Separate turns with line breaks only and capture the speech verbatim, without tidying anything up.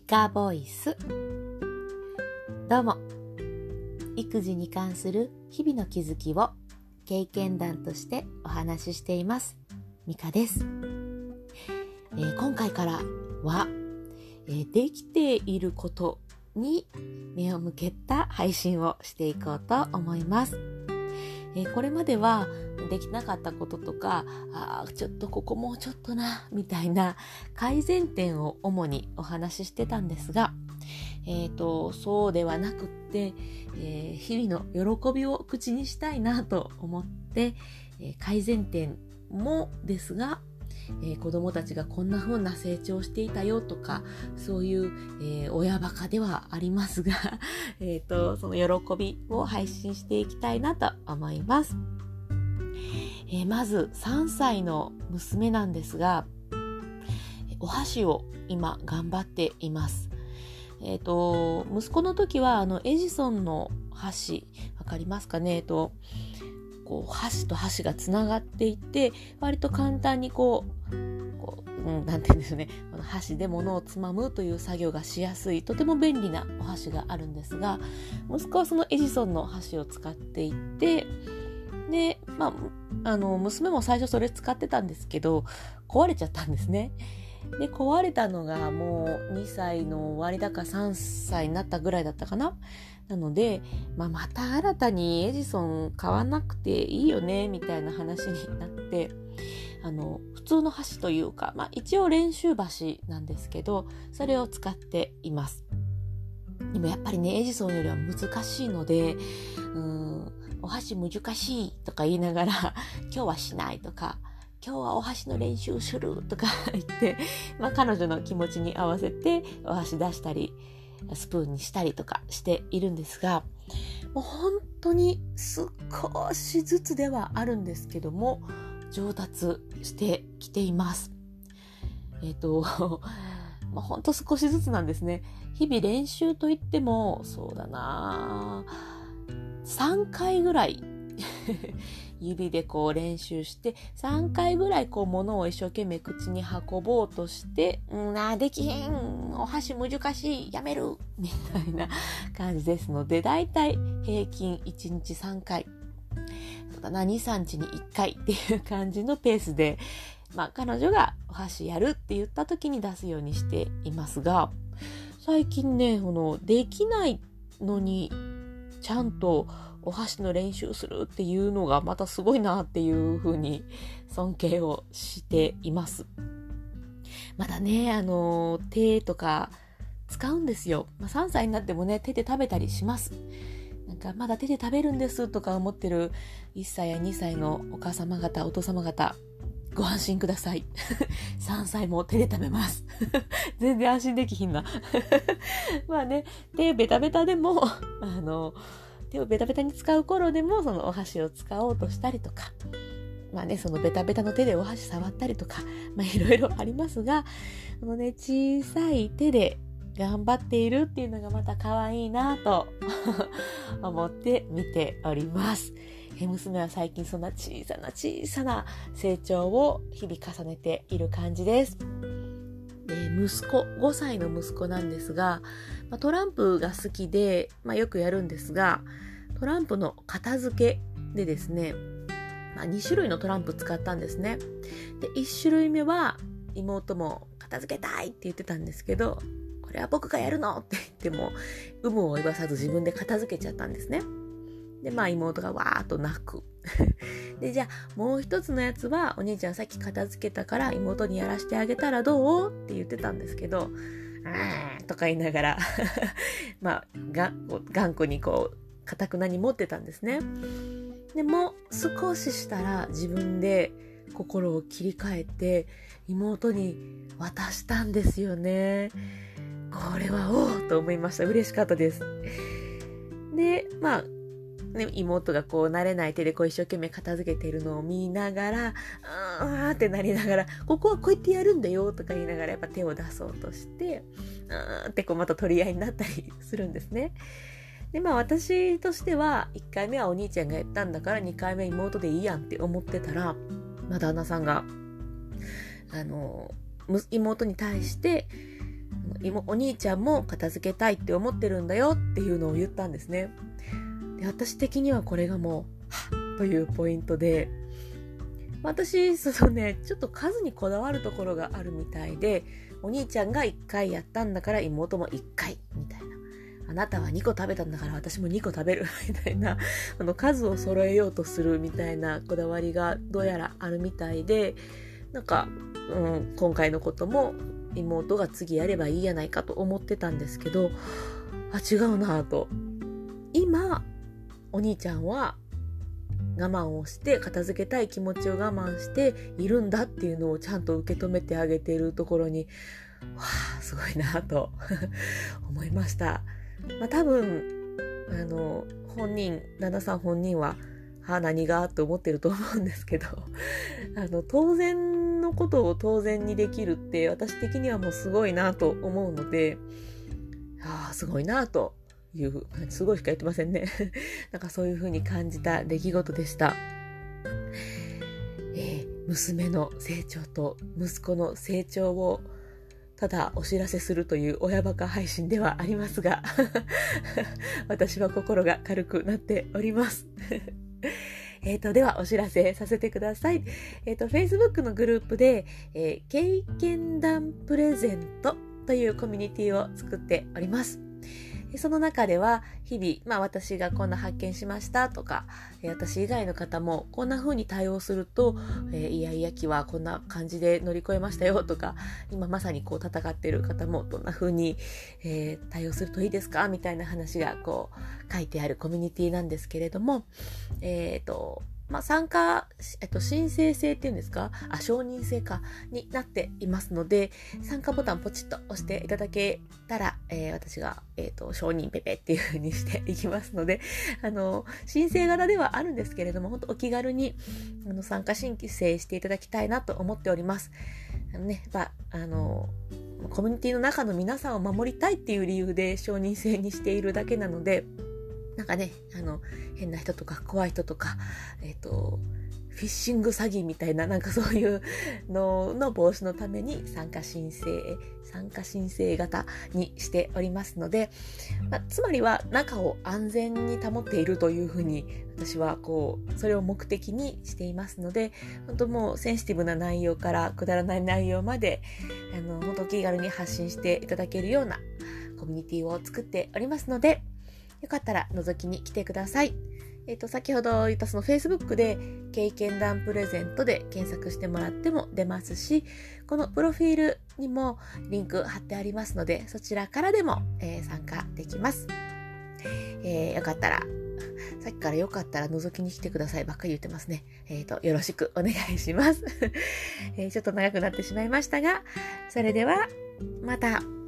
カボイス。どうも、育児に関する日々の気づきを経験談としてお話ししていますミカです。えー、今回からは、えー、できていることに目を向けた配信をしていこうと思います。えー、これまではできなかったこととか、あちょっとここもうちょっとなみたいな改善点を主にお話ししてたんですが、えーと、そうではなくって、えー、日々の喜びを口にしたいなと思って、えー、改善点もですが、えー、子供たちがこんな風な成長していたよとか、そういう、えー、親バカではありますがえーとその喜びを配信していきたいなと思います。えー、まずさんさいの娘なんですが、お箸を今頑張っています。えーと息子の時はあのエジソンの箸、わかりますかね。えーとこう箸と箸がつながっていて、割と簡単にこう、こううん、なんて言うんでしょうね、この箸で物をつまむという作業がしやすい、とても便利なお箸があるんですが、息子はそのエジソンの箸を使っていて、で、まあ、あの娘も最初それ使ってたんですけど、壊れちゃったんですね。で、壊れたのがもうにさいの終わりだかさんさいになったぐらいだったかな。なので、まあ、また新たにエジソン買わなくていいよねみたいな話になって、あの普通の箸というか、まあ、一応練習箸なんですけど、それを使っています。でもやっぱりね、エジソンよりは難しいので、うーんお箸難しいとか言いながら今日はしないとか、今日はお箸の練習するとか言って、まあ、彼女の気持ちに合わせてお箸出したりスプーンにしたりとかしているんですが、もう本当に少しずつではあるんですけども上達してきています。えっとまあ、本当少しずつなんですね。日々練習といってもそうだなさんかいぐらい指でこう練習してさんかいぐらいこう物を一生懸命口に運ぼうとして、うんあできへん、お箸難しい、やめるみたいな感じですので、だいたい平均いちにちさんかい、そうだなにさんにちにいっかいっていう感じのペースで、まあ彼女がお箸やるって言った時に出すようにしていますが、最近ね、このできないのにちゃんとお箸の練習するっていうのがまたすごいなっていう風に尊敬をしています。まだね、あの手とか使うんですよ。まあ、さんさいになってもね、手で食べたりします。なんかまだ手で食べるんですとか思ってるいっさいやにさいのお母様方、お父様方、ご安心ください。さんさいも手で食べます。全然安心できひんな。まあね、手ベタベタでもあの手をベタベタに使う頃でもそのお箸を使おうとしたりとか、まあね、そのベタベタの手でお箸触ったりとか、まあいろいろありますが、このね、小さい手で頑張っているっていうのがまた可愛いなと思って見ております。え娘は最近そんな小さな小さな成長を日々重ねている感じです。で息子、ごさいの息子なんですが、まあ、トランプが好きで、まあ、よくやるんですが、トランプの片付けでですね、まあ、にしゅるいのトランプ使ったんですね。でいっしゅるいめは妹も片付けたいって言ってたんですけど、これは僕がやるのって言っても有無を言わさず自分で片付けちゃったんですね。でまあ妹がわーっと泣くでじゃあもう一つのやつはお兄ちゃんさっき片付けたから妹にやらせてあげたらどうって言ってたんですけど、うーんとか言いながらまあが頑固にこう固くなに持ってたんですね。でも少ししたら自分で心を切り替えて妹に渡したんですよね。これはおーと思いました。嬉しかったです。でまあね、妹がこう慣れない手でこう一生懸命片付けているのを見ながら、あーってなりながら、ここはこうやってやるんだよとか言いながらやっぱ手を出そうとして、あーってこうまた取り合いになったりするんですね。でまあ私としてはいっかいめはお兄ちゃんがやったんだからにかいめ妹でいいやんって思ってたら、まあ、旦那さんがあの妹に対してのお兄ちゃんも片付けたいって思ってるんだよっていうのを言ったんですね。で、私的にはこれがもうはっというポイントで、私そのねちょっと数にこだわるところがあるみたいで、お兄ちゃんがいっかいやったんだから妹もいっかいみたいな、あなたはにこ食べたんだから私もにこ食べるみたいな、あの数を揃えようとするみたいなこだわりがどうやらあるみたいで、なんか、うん、今回のことも妹が次やればいいやないかと思ってたんですけど、あ、違うなと。今お兄ちゃんは我慢をして片付けたい気持ちを我慢しているんだっていうのをちゃんと受け止めてあげているところに、わあすごいなと思いました。まあ、多分あの本人旦那さん本人ははあ何がって思ってると思うんですけど、あの当然のことを当然にできるって私的にはもうすごいなと思うので、ああすごいなという、すごいしか言ってませんねなんかそういう風に感じた出来事でした。えー、娘の成長と息子の成長をただお知らせするという親バカ配信ではありますが私は心が軽くなっておりますえーとではお知らせさせてください。えーと Facebook のグループで、えー、経験談プレゼントというコミュニティを作っております。その中では日々、まあ私がこんな発見しましたとか、私以外の方もこんな風に対応すると、えー、イヤイヤ期はこんな感じで乗り越えましたよとか、今まさにこう戦っている方もどんな風に、えー、対応するといいですかみたいな話がこう書いてあるコミュニティなんですけれども、えっと、まあ、参加、えっと、申請制っていうんですか、あ、承認制かになっていますので、参加ボタンポチッと押していただけたら、えー、私が、えっと、承認ペペっていう風にしていきますので、あの、申請型ではあるんですけれども、本当お気軽にあの参加申請していただきたいなと思っております。あのね、まあ、あの、コミュニティの中の皆さんを守りたいっていう理由で承認制にしているだけなので、なんかね、あの変な人とか怖い人とか、えっとフィッシング詐欺みたいな、なんかそういうのの防止のために参加申請参加申請型にしておりますので、まあ、つまりは中を安全に保っているというふうに私はこうそれを目的にしていますので、本当もうセンシティブな内容からくだらない内容まで、あの本当気軽に発信していただけるようなコミュニティを作っておりますので、よかったら覗きに来てください。えっと、先ほど言ったその Facebook で経験談プレゼントで検索してもらっても出ますし、このプロフィールにもリンク貼ってありますので、そちらからでも、えー、参加できます。えー、よかったら、さっきからよかったら覗きに来てくださいばっかり言ってますね。えっと、よろしくお願いします。えー、ちょっと長くなってしまいましたが、それではまた。